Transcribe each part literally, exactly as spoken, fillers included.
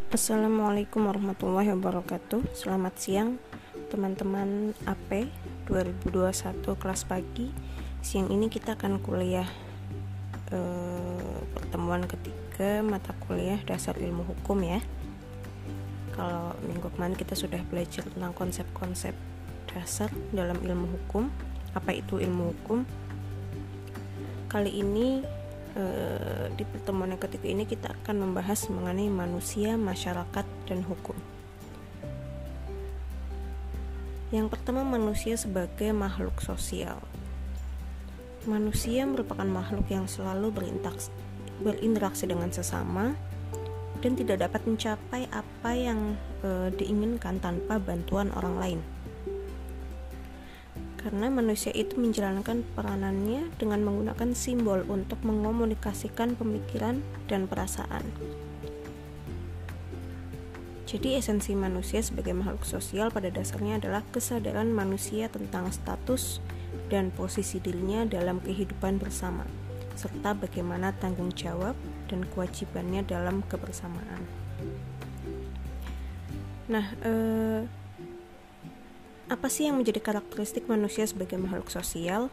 Assalamualaikum warahmatullahi wabarakatuh. Selamat siang teman-teman A P dua ribu dua puluh satu kelas pagi. Siang ini kita akan kuliah eh, pertemuan ketiga mata kuliah dasar ilmu hukum ya. Kalau minggu kemarin kita sudah belajar tentang konsep-konsep dasar dalam ilmu hukum. Apa itu ilmu hukum? Kali ini Uh, di pertemuan yang ketiga ini kita akan membahas mengenai manusia, masyarakat, dan hukum. Yang pertama, manusia sebagai makhluk sosial. Manusia merupakan makhluk yang selalu berinteraksi, berinteraksi dengan sesama dan tidak dapat mencapai apa yang uh, diinginkan tanpa bantuan orang lain. Karena manusia itu menjalankan peranannya dengan menggunakan simbol untuk mengomunikasikan pemikiran dan perasaan. Jadi esensi manusia sebagai makhluk sosial pada dasarnya adalah kesadaran manusia tentang status dan posisi dirinya dalam kehidupan bersama, serta bagaimana tanggung jawab dan kewajibannya dalam kebersamaan. Nah, eh, apa sih yang menjadi karakteristik manusia sebagai makhluk sosial?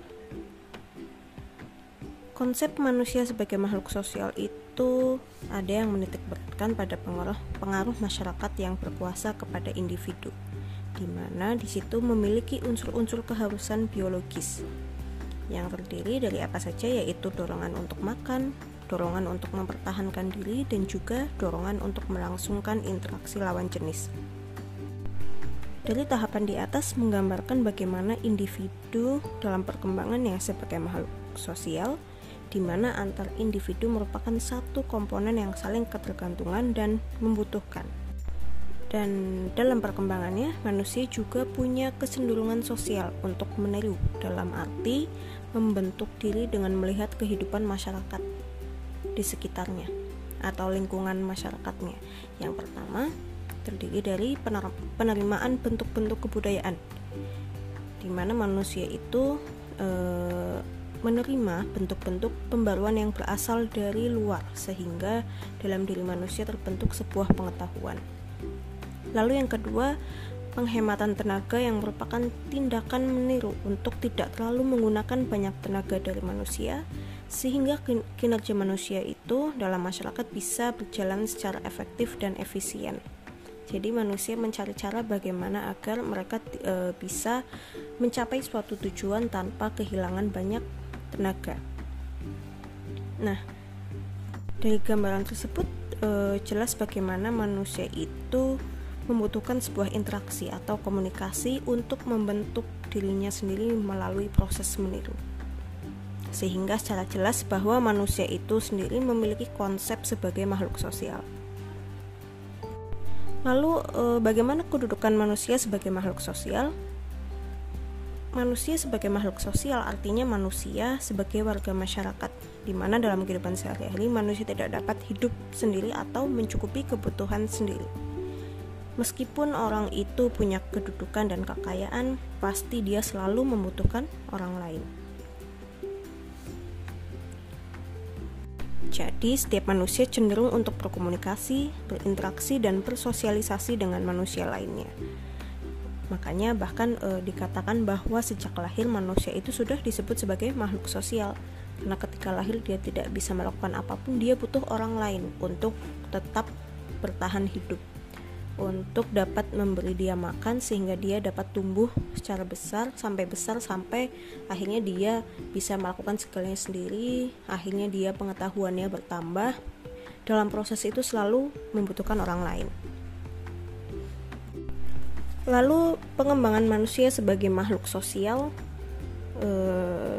Konsep manusia sebagai makhluk sosial itu ada yang menitik beratkan pada pengaruh, pengaruh masyarakat yang berkuasa kepada individu, di mana di situ memiliki unsur-unsur keharusan biologis yang terdiri dari apa saja, yaitu dorongan untuk makan, dorongan untuk mempertahankan diri, dan juga dorongan untuk melangsungkan interaksi lawan jenis. Dari tahapan di atas menggambarkan bagaimana individu dalam perkembangannya sebagai makhluk sosial, di mana antar individu merupakan satu komponen yang saling ketergantungan dan membutuhkan. Dan dalam perkembangannya, manusia juga punya kecenderungan sosial untuk meniru, dalam arti membentuk diri dengan melihat kehidupan masyarakat di sekitarnya atau lingkungan masyarakatnya. Yang pertama, terdiri dari penerimaan bentuk-bentuk kebudayaan, di mana manusia itu e, menerima bentuk-bentuk pembaruan yang berasal dari luar, sehingga dalam diri manusia terbentuk sebuah pengetahuan. Lalu yang kedua, penghematan tenaga yang merupakan tindakan meniru untuk tidak terlalu menggunakan banyak tenaga dari manusia, sehingga kinerja manusia itu dalam masyarakat bisa berjalan secara efektif dan efisien. Jadi manusia mencari cara bagaimana agar mereka e, bisa mencapai suatu tujuan tanpa kehilangan banyak tenaga. Nah, dari gambaran tersebut e, jelas bagaimana manusia itu membutuhkan sebuah interaksi atau komunikasi untuk membentuk dirinya sendiri melalui proses meniru. Sehingga secara jelas bahwa manusia itu sendiri memiliki konsep sebagai makhluk sosial. Lalu eh, bagaimana kedudukan manusia sebagai makhluk sosial? Manusia sebagai makhluk sosial artinya manusia sebagai warga masyarakat, di mana dalam kehidupan sehari-hari manusia tidak dapat hidup sendiri atau mencukupi kebutuhan sendiri. Meskipun orang itu punya kedudukan dan kekayaan, pasti dia selalu membutuhkan orang lain. Jadi, setiap manusia cenderung untuk berkomunikasi, berinteraksi, dan bersosialisasi dengan manusia lainnya. Makanya bahkan e, dikatakan bahwa sejak lahir manusia itu sudah disebut sebagai makhluk sosial. Karena ketika lahir dia tidak bisa melakukan apapun, dia butuh orang lain untuk tetap bertahan hidup, untuk dapat memberi dia makan sehingga dia dapat tumbuh secara besar sampai besar sampai akhirnya dia bisa melakukan segalanya sendiri. Akhirnya dia pengetahuannya bertambah. Dalam proses itu selalu membutuhkan orang lain. Lalu pengembangan manusia sebagai makhluk sosial, eh,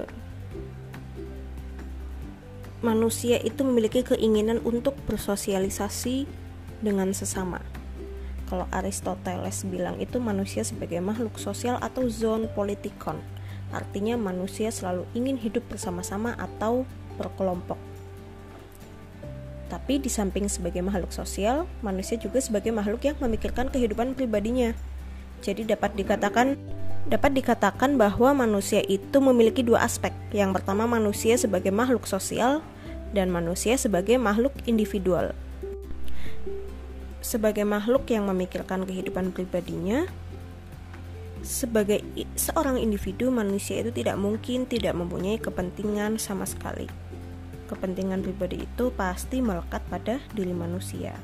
manusia itu memiliki keinginan untuk bersosialisasi dengan sesama. Kalau Aristoteles bilang itu manusia sebagai makhluk sosial atau zoon politikon, artinya manusia selalu ingin hidup bersama-sama atau berkelompok. Tapi di samping sebagai makhluk sosial, manusia juga sebagai makhluk yang memikirkan kehidupan pribadinya. Jadi dapat dikatakan dapat dikatakan bahwa manusia itu memiliki dua aspek. Yang pertama, manusia sebagai makhluk sosial dan manusia sebagai makhluk individual. sebagai makhluk yang memikirkan kehidupan pribadinya, sebagai seorang individu, manusia itu tidak mungkin tidak mempunyai kepentingan sama sekali. Kepentingan pribadi itu pasti melekat pada diri manusia.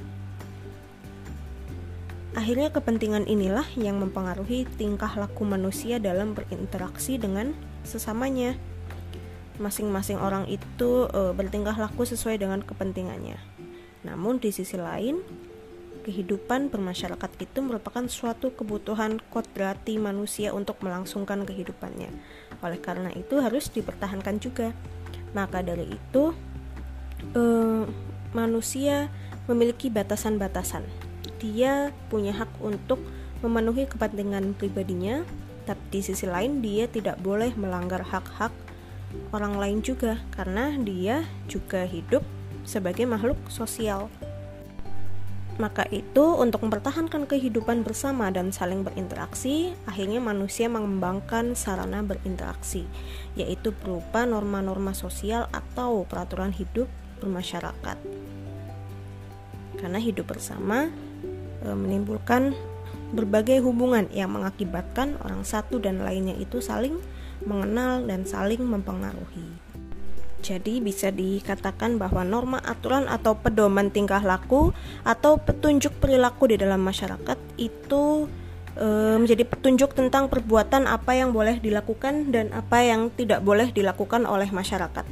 Akhirnya kepentingan inilah yang mempengaruhi tingkah laku manusia dalam berinteraksi dengan sesamanya. Masing-masing orang itu e, bertingkah laku sesuai dengan kepentingannya. Namun di sisi lain, kehidupan bermasyarakat itu merupakan suatu kebutuhan kodrati manusia untuk melangsungkan kehidupannya. Oleh karena itu harus dipertahankan juga. Maka dari itu eh, manusia memiliki batasan-batasan. Dia punya hak untuk memenuhi kepentingan pribadinya, tapi di sisi lain dia tidak boleh melanggar hak-hak orang lain juga, karena dia juga hidup sebagai makhluk sosial. Maka itu untuk mempertahankan kehidupan bersama dan saling berinteraksi, akhirnya manusia mengembangkan sarana berinteraksi, yaitu berupa norma-norma sosial atau peraturan hidup bermasyarakat. Karena hidup bersama e, menimbulkan berbagai hubungan yang mengakibatkan orang satu dan lainnya itu saling mengenal dan saling mempengaruhi. Jadi bisa dikatakan bahwa norma, aturan atau pedoman tingkah laku atau petunjuk perilaku di dalam masyarakat itu e, menjadi petunjuk tentang perbuatan apa yang boleh dilakukan dan apa yang tidak boleh dilakukan oleh masyarakat.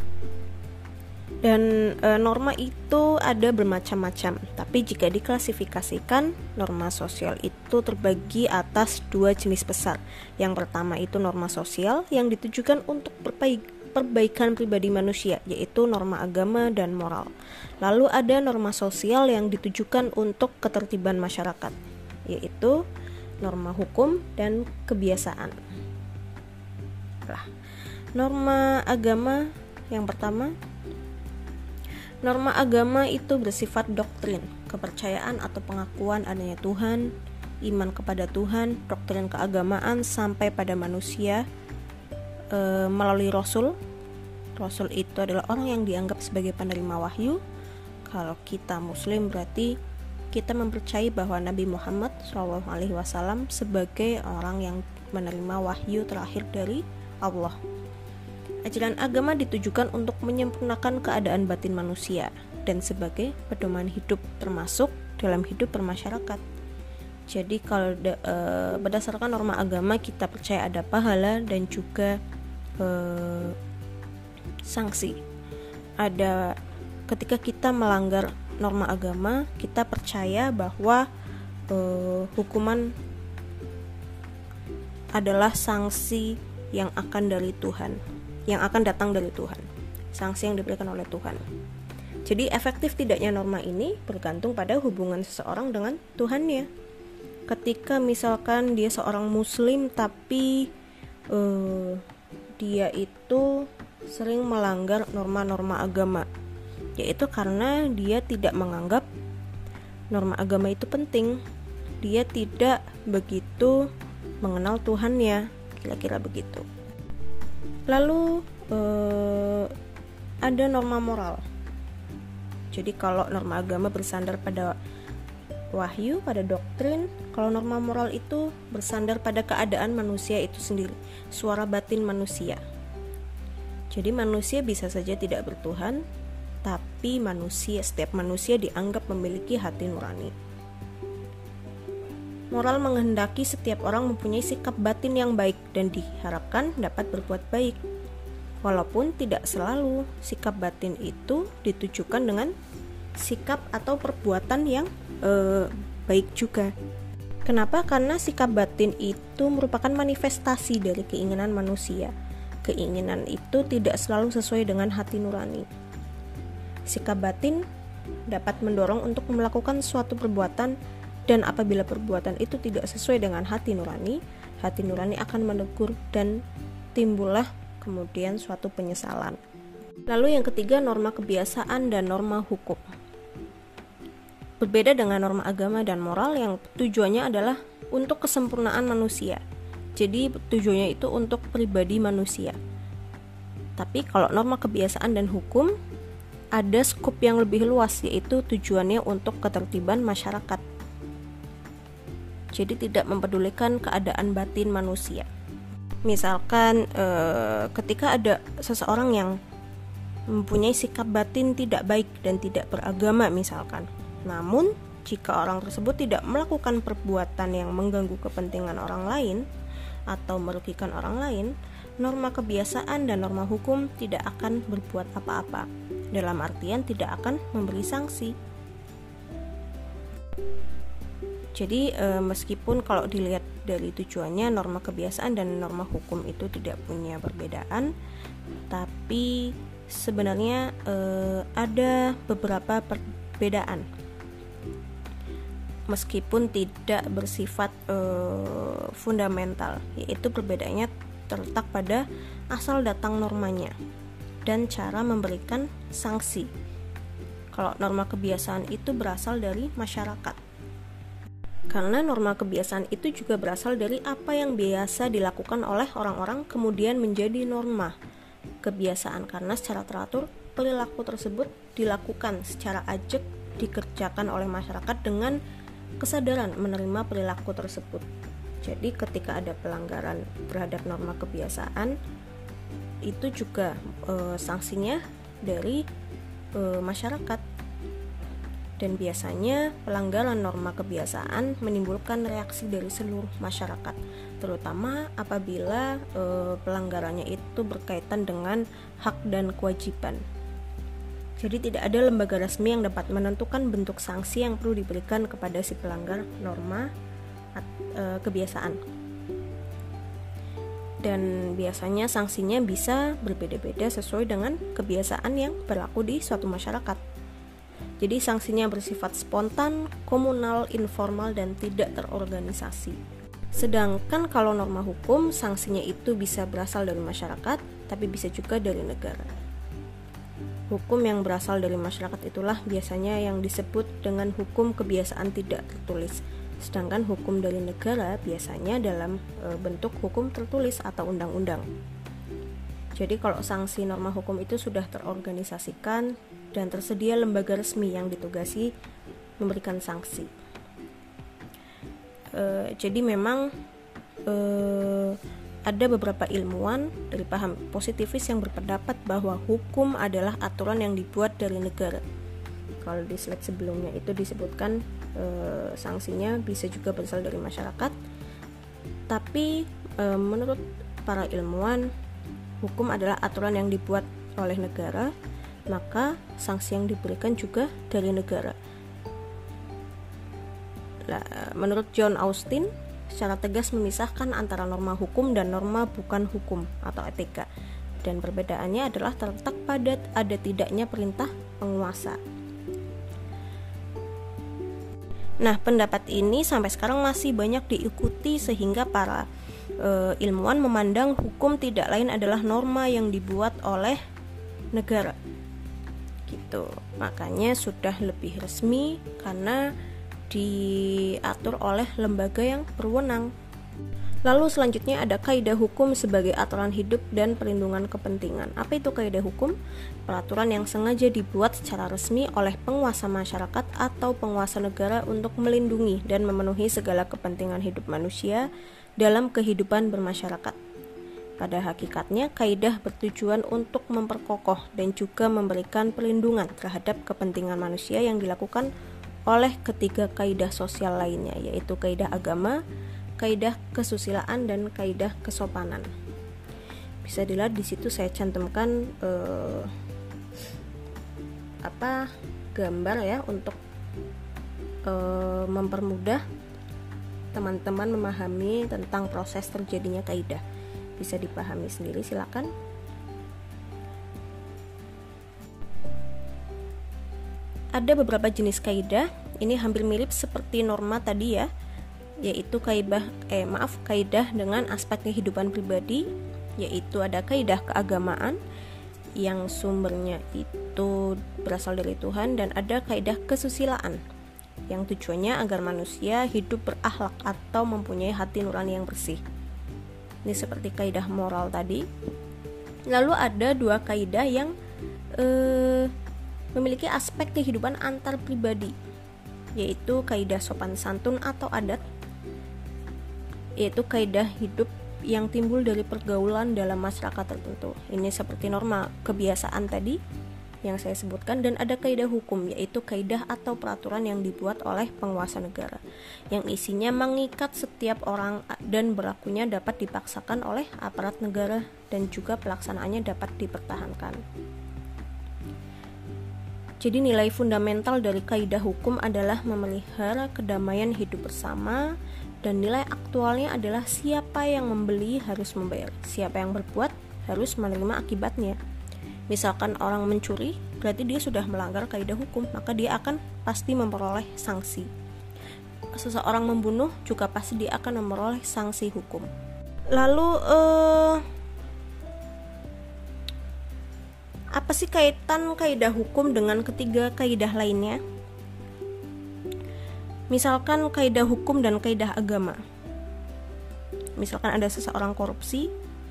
Dan e, norma itu ada bermacam-macam, tapi jika diklasifikasikan, norma sosial itu terbagi atas dua jenis besar. Yang pertama itu norma sosial yang ditujukan untuk berbaik perbaikan pribadi manusia, yaitu norma agama dan moral. Lalu ada norma sosial yang ditujukan untuk ketertiban masyarakat, yaitu norma hukum dan kebiasaan. Nah, norma agama yang pertama, norma agama itu bersifat doktrin, kepercayaan atau pengakuan adanya Tuhan, iman kepada Tuhan, doktrin keagamaan sampai pada manusia E, melalui Rasul. Rasul itu adalah orang yang dianggap sebagai penerima wahyu. Kalau kita Muslim berarti kita mempercayai bahwa Nabi Muhammad shallallahu alaihi wasallam sebagai orang yang menerima wahyu terakhir dari Allah. Ajaran agama ditujukan untuk menyempurnakan keadaan batin manusia dan sebagai pedoman hidup, termasuk dalam hidup bermasyarakat. Jadi kalau de, e, berdasarkan norma agama kita percaya ada pahala dan juga e, sanksi. Ada ketika kita melanggar norma agama, kita percaya bahwa e, hukuman adalah sanksi yang akan dari Tuhan, yang akan datang dari Tuhan, sanksi yang diberikan oleh Tuhan. Jadi efektif tidaknya norma ini bergantung pada hubungan seseorang dengan Tuhannya. Ketika misalkan dia seorang muslim tapi uh, dia itu sering melanggar norma-norma agama, yaitu karena dia tidak menganggap norma agama itu penting, dia tidak begitu mengenal Tuhannya, kira-kira begitu. Lalu uh, ada norma moral. Jadi kalau norma agama bersandar pada wahyu, pada doktrin, kalau norma moral itu bersandar pada keadaan manusia itu sendiri, suara batin manusia. Jadi manusia bisa saja tidak bertuhan, tapi manusia, setiap manusia dianggap memiliki hati nurani. Moral menghendaki setiap orang mempunyai sikap batin yang baik dan diharapkan dapat berbuat baik. Walaupun tidak selalu sikap batin itu ditujukan dengan sikap atau perbuatan yang e, baik juga. Kenapa? Karena sikap batin itu merupakan manifestasi dari keinginan manusia. Keinginan itu tidak selalu sesuai dengan hati nurani. Sikap batin dapat mendorong untuk melakukan suatu perbuatan, dan apabila perbuatan itu tidak sesuai dengan hati nurani, hati nurani akan menegur dan timbullah kemudian suatu penyesalan. Lalu yang ketiga, norma kebiasaan dan norma hukum. Berbeda dengan norma agama dan moral yang tujuannya adalah untuk kesempurnaan manusia. Jadi tujuannya itu untuk pribadi manusia. Tapi kalau norma kebiasaan dan hukum ada skup yang lebih luas, yaitu tujuannya untuk ketertiban masyarakat. Jadi tidak mempedulikan keadaan batin manusia. Misalkan eh, ketika ada seseorang yang mempunyai sikap batin tidak baik dan tidak beragama misalkan, namun jika orang tersebut tidak melakukan perbuatan yang mengganggu kepentingan orang lain atau merugikan orang lain, norma kebiasaan dan norma hukum tidak akan berbuat apa-apa, dalam artian tidak akan memberi sanksi. Jadi e, meskipun kalau dilihat dari tujuannya norma kebiasaan dan norma hukum itu tidak punya perbedaan, tapi sebenarnya e, ada beberapa perbedaan meskipun tidak bersifat e, fundamental, yaitu perbedaannya terletak pada asal datang normanya dan cara memberikan sanksi. Kalau norma kebiasaan itu berasal dari masyarakat, karena norma kebiasaan itu juga berasal dari apa yang biasa dilakukan oleh orang-orang kemudian menjadi norma kebiasaan, karena secara teratur perilaku tersebut dilakukan secara ajak, dikerjakan oleh masyarakat dengan kesadaran menerima perilaku tersebut. Jadi ketika ada pelanggaran terhadap norma kebiasaan, itu juga e, sanksinya dari e, masyarakat. Dan biasanya pelanggaran norma kebiasaan menimbulkan reaksi dari seluruh masyarakat, terutama apabila e, pelanggarannya itu berkaitan dengan hak dan kewajiban. Jadi tidak ada lembaga resmi yang dapat menentukan bentuk sanksi yang perlu diberikan kepada si pelanggar norma e, kebiasaan. Dan biasanya sanksinya bisa berbeda-beda sesuai dengan kebiasaan yang berlaku di suatu masyarakat. Jadi sanksinya bersifat spontan, komunal, informal, dan tidak terorganisasi. Sedangkan kalau norma hukum, sanksinya itu bisa berasal dari masyarakat, tapi bisa juga dari negara. Hukum yang berasal dari masyarakat itulah biasanya yang disebut dengan hukum kebiasaan tidak tertulis. Sedangkan hukum dari negara biasanya dalam e, bentuk hukum tertulis atau undang-undang. Jadi kalau sanksi norma hukum itu sudah terorganisasikan dan tersedia lembaga resmi yang ditugasi memberikan sanksi. E, jadi memang e, ada beberapa ilmuwan dari paham positivis yang berpendapat bahwa hukum adalah aturan yang dibuat dari negara. Kalau di slide sebelumnya itu disebutkan e, sanksinya bisa juga berasal dari masyarakat. Tapi e, menurut para ilmuwan, hukum adalah aturan yang dibuat oleh negara, maka sanksi yang diberikan juga dari negara. Nah, menurut John Austin, secara tegas memisahkan antara norma hukum dan norma bukan hukum atau etika, dan perbedaannya adalah terletak pada ada tidaknya perintah penguasa. Nah, pendapat ini sampai sekarang masih banyak diikuti sehingga para e, ilmuwan memandang hukum tidak lain adalah norma yang dibuat oleh negara. Gitu. Makanya sudah lebih resmi karena diatur oleh lembaga yang berwenang. Lalu selanjutnya ada kaidah hukum sebagai aturan hidup dan perlindungan kepentingan. Apa itu kaidah hukum? Peraturan yang sengaja dibuat secara resmi oleh penguasa masyarakat atau penguasa negara untuk melindungi dan memenuhi segala kepentingan hidup manusia dalam kehidupan bermasyarakat. Pada hakikatnya, kaidah bertujuan untuk memperkokoh dan juga memberikan perlindungan terhadap kepentingan manusia yang dilakukan oleh ketiga kaidah sosial lainnya, yaitu kaidah agama, kaidah kesusilaan, dan kaidah kesopanan. Bisa dilihat di situ saya cantumkan eh, apa gambar ya untuk eh, mempermudah teman-teman memahami tentang proses terjadinya kaidah. Bisa dipahami sendiri, silakan. Ada beberapa jenis kaidah, ini hampir mirip seperti norma tadi ya, yaitu kaidah eh maaf kaidah dengan aspek kehidupan pribadi, yaitu ada kaidah keagamaan yang sumbernya itu berasal dari Tuhan, dan ada kaidah kesusilaan yang tujuannya agar manusia hidup berakhlak atau mempunyai hati nurani yang bersih. Ini seperti kaidah moral tadi. Lalu ada dua kaidah yang eh, memiliki aspek kehidupan antar pribadi, yaitu kaidah sopan santun atau adat, yaitu kaidah hidup yang timbul dari pergaulan dalam masyarakat tertentu. Ini seperti norma kebiasaan tadi yang saya sebutkan, dan ada kaidah hukum, yaitu kaidah atau peraturan yang dibuat oleh penguasa negara yang isinya mengikat setiap orang dan berlakunya dapat dipaksakan oleh aparat negara dan juga pelaksanaannya dapat dipertahankan. Jadi nilai fundamental dari kaidah hukum adalah memelihara kedamaian hidup bersama, dan nilai aktualnya adalah siapa yang membeli harus membayar, siapa yang berbuat harus menerima akibatnya. Misalkan orang mencuri, berarti dia sudah melanggar kaidah hukum, maka dia akan pasti memperoleh sanksi. Seseorang membunuh juga pasti dia akan memperoleh sanksi hukum. Lalu eh, apa sih kaitan kaidah hukum dengan ketiga kaidah lainnya? Misalkan kaidah hukum dan kaidah agama. Misalkan ada seseorang korupsi,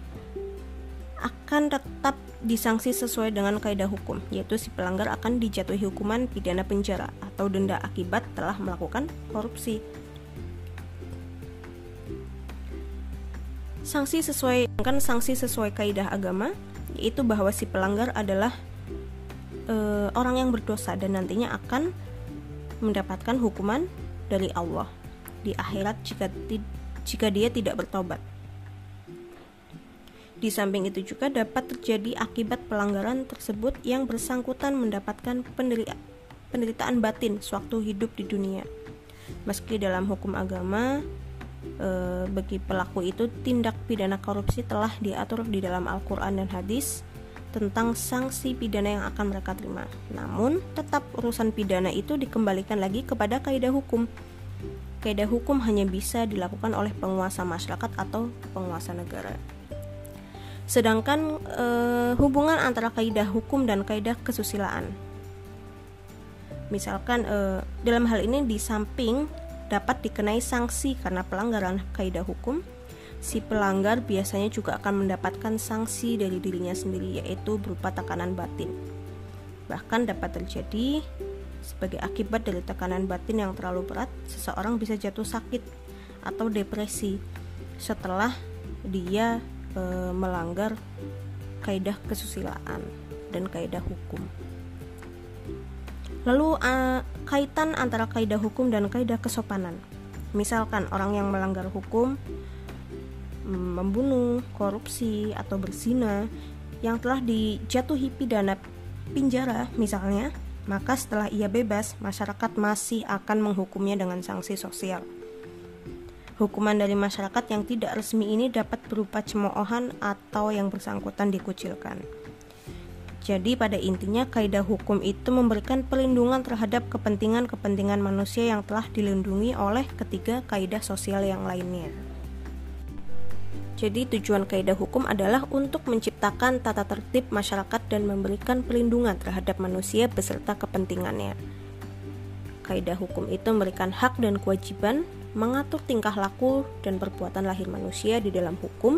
akan tetap disanksi sesuai dengan kaidah hukum, yaitu si pelanggar akan dijatuhi hukuman pidana penjara atau denda akibat telah melakukan korupsi. Sanksi sesuai kan sanksi sesuai kaidah agama, yaitu bahwa si pelanggar adalah e, orang yang berdosa dan nantinya akan mendapatkan hukuman dari Allah di akhirat jika jika dia tidak bertobat. Di samping itu juga dapat terjadi akibat pelanggaran tersebut yang bersangkutan mendapatkan penderita, penderitaan batin sewaktu hidup di dunia. Meski dalam hukum agama e, bagi pelaku itu tindak pidana korupsi telah diatur di dalam Al-Quran dan hadis tentang sanksi pidana yang akan mereka terima. Namun tetap urusan pidana itu dikembalikan lagi kepada kaidah hukum. Kaidah hukum hanya bisa dilakukan oleh penguasa masyarakat atau penguasa negara. Sedangkan eh, hubungan antara kaidah hukum dan kaidah kesusilaan, misalkan eh, dalam hal ini di samping dapat dikenai sanksi karena pelanggaran kaidah hukum, si pelanggar biasanya juga akan mendapatkan sanksi dari dirinya sendiri, yaitu berupa tekanan batin. Bahkan dapat terjadi sebagai akibat dari tekanan batin yang terlalu berat, seseorang bisa jatuh sakit atau depresi setelah dia E, melanggar kaidah kesusilaan dan kaidah hukum. Lalu e, kaitan antara kaidah hukum dan kaidah kesopanan. Misalkan orang yang melanggar hukum, membunuh, korupsi atau berzina yang telah dijatuhi pidana penjara misalnya, maka setelah ia bebas, masyarakat masih akan menghukumnya dengan sanksi sosial. Hukuman dari masyarakat yang tidak resmi ini dapat berupa cemoohan atau yang bersangkutan dikucilkan. Jadi pada intinya kaidah hukum itu memberikan perlindungan terhadap kepentingan-kepentingan manusia yang telah dilindungi oleh ketiga kaidah sosial yang lainnya. Jadi tujuan kaidah hukum adalah untuk menciptakan tata tertib masyarakat dan memberikan perlindungan terhadap manusia beserta kepentingannya. Kaidah hukum itu memberikan hak dan kewajiban, mengatur tingkah laku dan perbuatan lahir manusia di dalam hukum,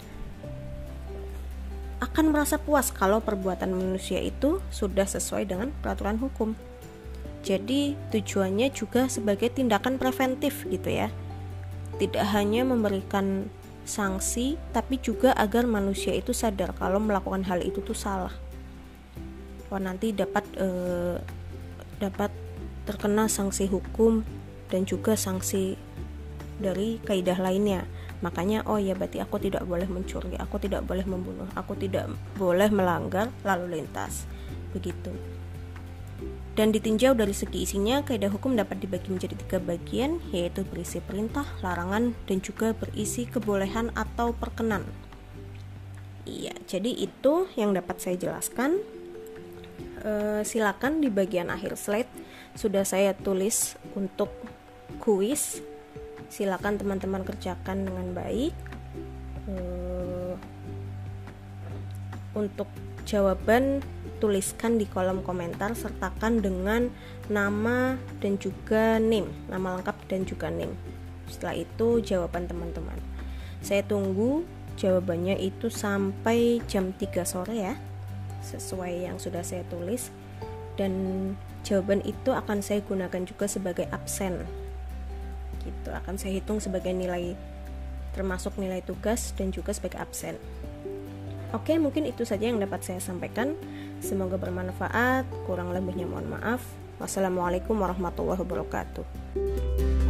akan merasa puas kalau perbuatan manusia itu sudah sesuai dengan peraturan hukum. Jadi tujuannya juga sebagai tindakan preventif gitu ya. Tidak hanya memberikan sanksi, tapi juga agar manusia itu sadar kalau melakukan hal itu tuh salah. Wah, nanti dapat eh, dapat terkena sanksi hukum dan juga sanksi dari kaidah lainnya. Makanya oh ya berarti aku tidak boleh mencuri, aku tidak boleh membunuh, aku tidak boleh melanggar lalu lintas. Begitu. Dan ditinjau dari segi isinya, kaidah hukum dapat dibagi menjadi tiga bagian, yaitu berisi perintah, larangan, dan juga berisi kebolehan atau perkenan. Iya, jadi itu yang dapat saya jelaskan. E, silakan di bagian akhir slide sudah saya tulis untuk kuis. Silakan teman-teman kerjakan dengan baik. Uh, untuk jawaban tuliskan di kolom komentar, sertakan dengan nama dan juga name, nama lengkap dan juga name. Setelah itu jawaban teman-teman. Saya tunggu jawabannya itu sampai jam tiga sore ya, sesuai yang sudah saya tulis. dan jawaban itu akan saya gunakan juga sebagai absen. Gitu, akan saya hitung sebagai nilai, termasuk nilai tugas dan juga sebagai absen. Oke, mungkin itu saja yang dapat saya sampaikan. Semoga bermanfaat. Kurang lebihnya mohon maaf. Wassalamualaikum warahmatullahi wabarakatuh.